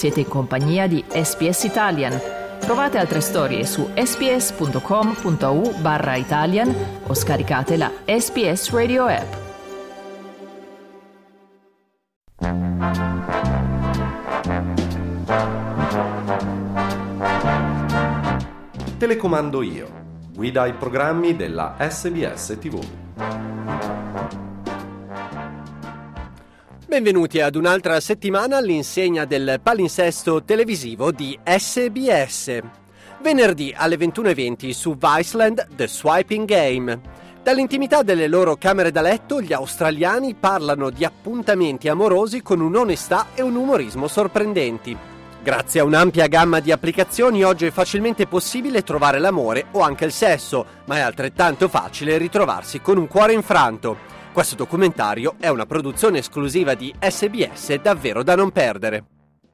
Siete in compagnia di SBS Italian. Trovate altre storie su sbs.com.au/Italian o scaricate la SBS Radio app. Telecomando io. Guida ai programmi della SBS TV. Benvenuti ad un'altra settimana all'insegna del palinsesto televisivo di SBS. Venerdì alle 21:20 su Viceland The Swiping Game. Dall'intimità delle loro camere da letto, gli australiani parlano di appuntamenti amorosi con un'onestà e un umorismo sorprendenti. Grazie a un'ampia gamma di applicazioni, oggi è facilmente possibile trovare l'amore o anche il sesso, ma è altrettanto facile ritrovarsi con un cuore infranto. Questo documentario è una produzione esclusiva di SBS davvero da non perdere.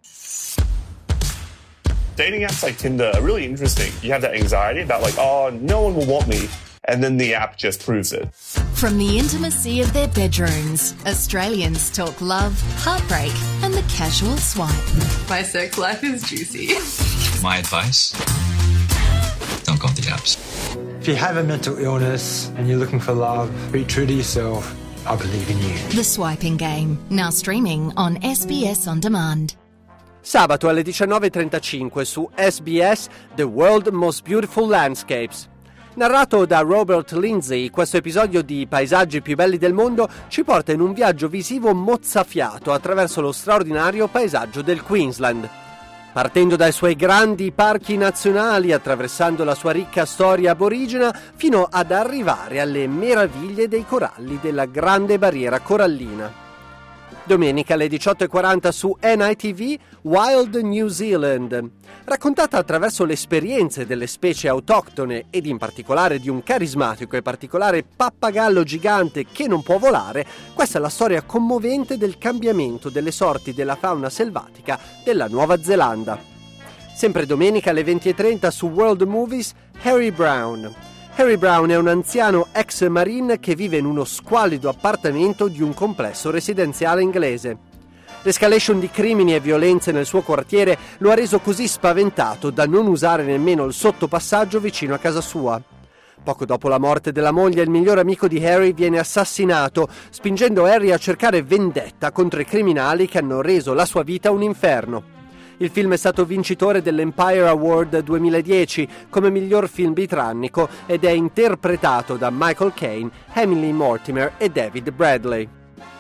Dating apps like Tinder are really interesting. You have that anxiety about like, oh, no one will want me. And then the app just proves it. From the intimacy of their bedrooms, Australians talk love, heartbreak, and the casual swipe. My sex life is juicy. My advice, don't go on the apps. If you have a mental illness and you're looking for love, be true to yourself. I believe in you. The Swiping Game, now streaming on SBS On Demand. Sabato alle 19:35 su SBS The World's Most Beautiful Landscapes. Narrato da Robert Lindsay, questo episodio di Paesaggi più belli del mondo ci porta in un viaggio visivo mozzafiato attraverso lo straordinario paesaggio del Queensland. Partendo dai suoi grandi parchi nazionali, attraversando la sua ricca storia aborigena, fino ad arrivare alle meraviglie dei coralli della Grande Barriera Corallina. Domenica alle 18:40 su NITV Wild New Zealand. Raccontata attraverso le esperienze delle specie autoctone ed in particolare di un carismatico e particolare pappagallo gigante che non può volare, questa è la storia commovente del cambiamento delle sorti della fauna selvatica della Nuova Zelanda. Sempre domenica alle 20:30 su World Movies Harry Brown. Harry Brown è un anziano ex marine che vive in uno squallido appartamento di un complesso residenziale inglese. L'escalation di crimini e violenze nel suo quartiere lo ha reso così spaventato da non usare nemmeno il sottopassaggio vicino a casa sua. Poco dopo la morte della moglie, il miglior amico di Harry viene assassinato, spingendo Harry a cercare vendetta contro i criminali che hanno reso la sua vita un inferno. Il film è stato vincitore dell'Empire Award 2010 come miglior film britannico ed è interpretato da Michael Caine, Emily Mortimer e David Bradley.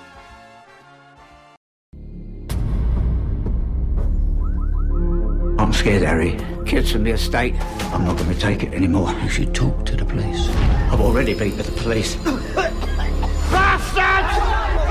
I'm scared, Harry. Kids from the estate. I'm not going to take it anymore. You should talk to the police. I've already been to the police. Bastards!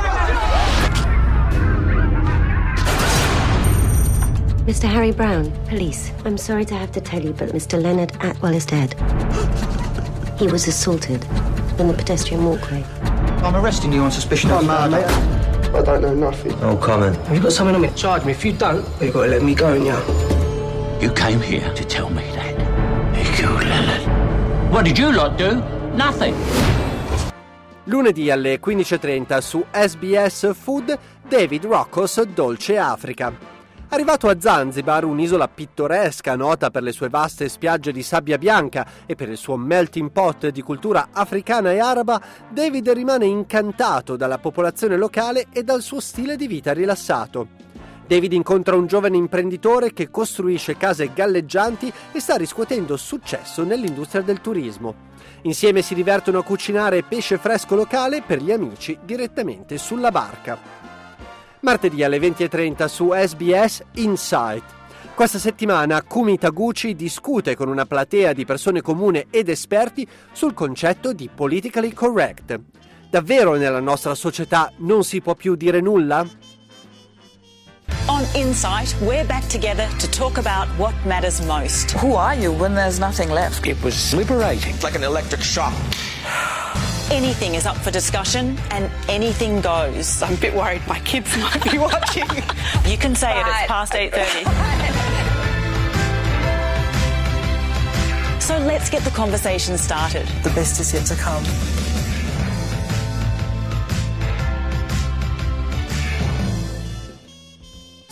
Mr. Harry Brown, police. I'm sorry to have to tell you, but Mr. Leonard Atwell is dead. He was assaulted in the pedestrian walkway. I'm arresting you on suspicion of murder. I don't know nothing. Oh, come on. Have you got something on me? Charge me. If you don't, you've got to let me go, yeah. You came here to tell me that you killed Leonard. What did you lot do? Nothing. Lunedì alle 15:30 su SBS Food David Roccos Dolce Africa. Arrivato a Zanzibar, un'isola pittoresca nota per le sue vaste spiagge di sabbia bianca e per il suo melting pot di cultura africana e araba, David rimane incantato dalla popolazione locale e dal suo stile di vita rilassato. David incontra un giovane imprenditore che costruisce case galleggianti e sta riscuotendo successo nell'industria del turismo. Insieme si divertono a cucinare pesce fresco locale per gli amici direttamente sulla barca. Martedì alle 20:30 su SBS Insight. Questa settimana Kumi Taguchi discute con una platea di persone comuni ed esperti sul concetto di politically correct. Davvero nella nostra società non si può più dire nulla? On Insight, we're back together to talk about what matters most. Who are you when there's nothing left? It was liberating. It's like an electric shock. Anything is up for discussion and anything goes. I'm a bit worried my kids might be watching. You can say it, it's past 8:30. So let's get the conversation started. The best is yet to come.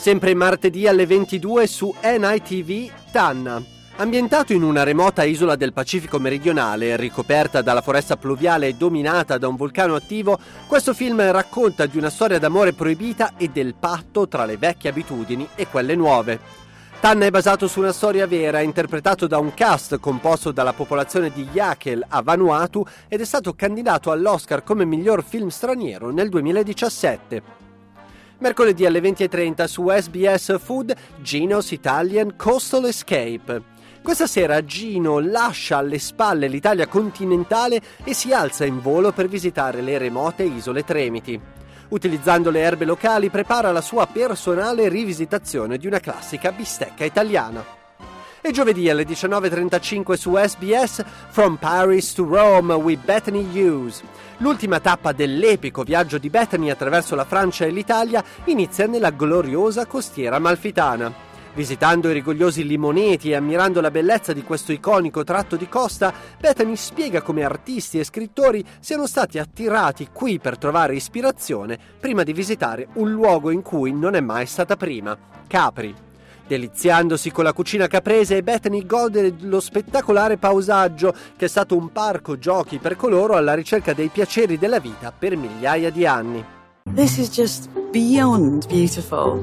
Sempre martedì alle 22 su NITV Tanna. Ambientato in una remota isola del Pacifico meridionale, ricoperta dalla foresta pluviale e dominata da un vulcano attivo, questo film racconta di una storia d'amore proibita e del patto tra le vecchie abitudini e quelle nuove. Tanna è basato su una storia vera, interpretato da un cast composto dalla popolazione di Yakel a Vanuatu ed è stato candidato all'Oscar come miglior film straniero nel 2017. Mercoledì alle 20:30 su SBS Food, Gino's Italian Coastal Escape. Questa sera Gino lascia alle spalle l'Italia continentale e si alza in volo per visitare le remote isole Tremiti. Utilizzando le erbe locali prepara la sua personale rivisitazione di una classica bistecca italiana. E giovedì alle 19:35 su SBS From Paris to Rome with Bethany Hughes. L'ultima tappa dell'epico viaggio di Bethany attraverso la Francia e l'Italia inizia nella gloriosa costiera amalfitana. Visitando i rigogliosi limoneti e ammirando la bellezza di questo iconico tratto di costa, Bethany spiega come artisti e scrittori siano stati attirati qui per trovare ispirazione prima di visitare un luogo in cui non è mai stata prima, Capri. Deliziandosi con la cucina caprese, Bethany gode dello spettacolare pausaggio che è stato un parco giochi per coloro alla ricerca dei piaceri della vita per migliaia di anni. This is just beyond beautiful.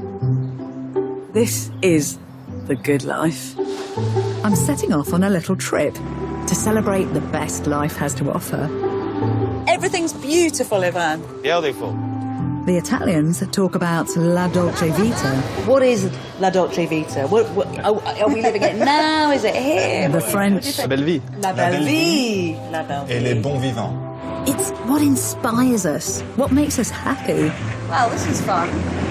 This is the good life. I'm setting off on a little trip to celebrate the best life has to offer. Everything's beautiful, Ivan. Beautiful. The Italians talk about la dolce vita. What is la dolce vita? Are we living it now? Is it here? The French. La belle vie. La belle vie. La belle vie. Et les bons vivants. It's what inspires us, what makes us happy. Wow, this is fun.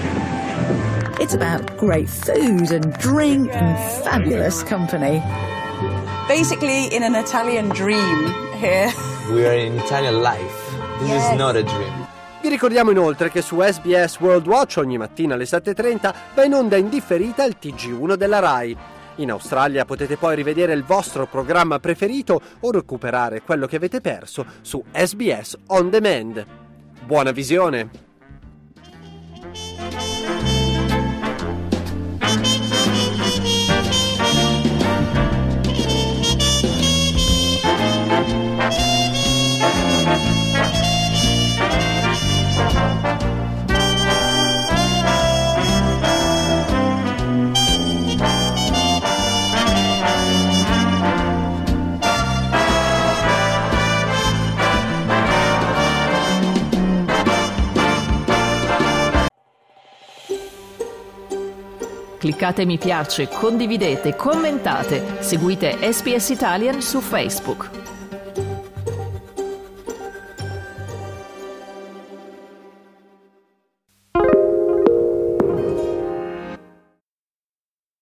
It's about great food and drink and fabulous company. Basically, in an Italian dream here. We are in Italian life. This is not a dream. Vi ricordiamo inoltre che su SBS World Watch ogni mattina alle 7:30 va in onda indifferita il TG1 della Rai. In Australia potete poi rivedere il vostro programma preferito o recuperare quello che avete perso su SBS On Demand. Buona visione! Cliccate mi piace, condividete, commentate, seguite SBS Italian su Facebook.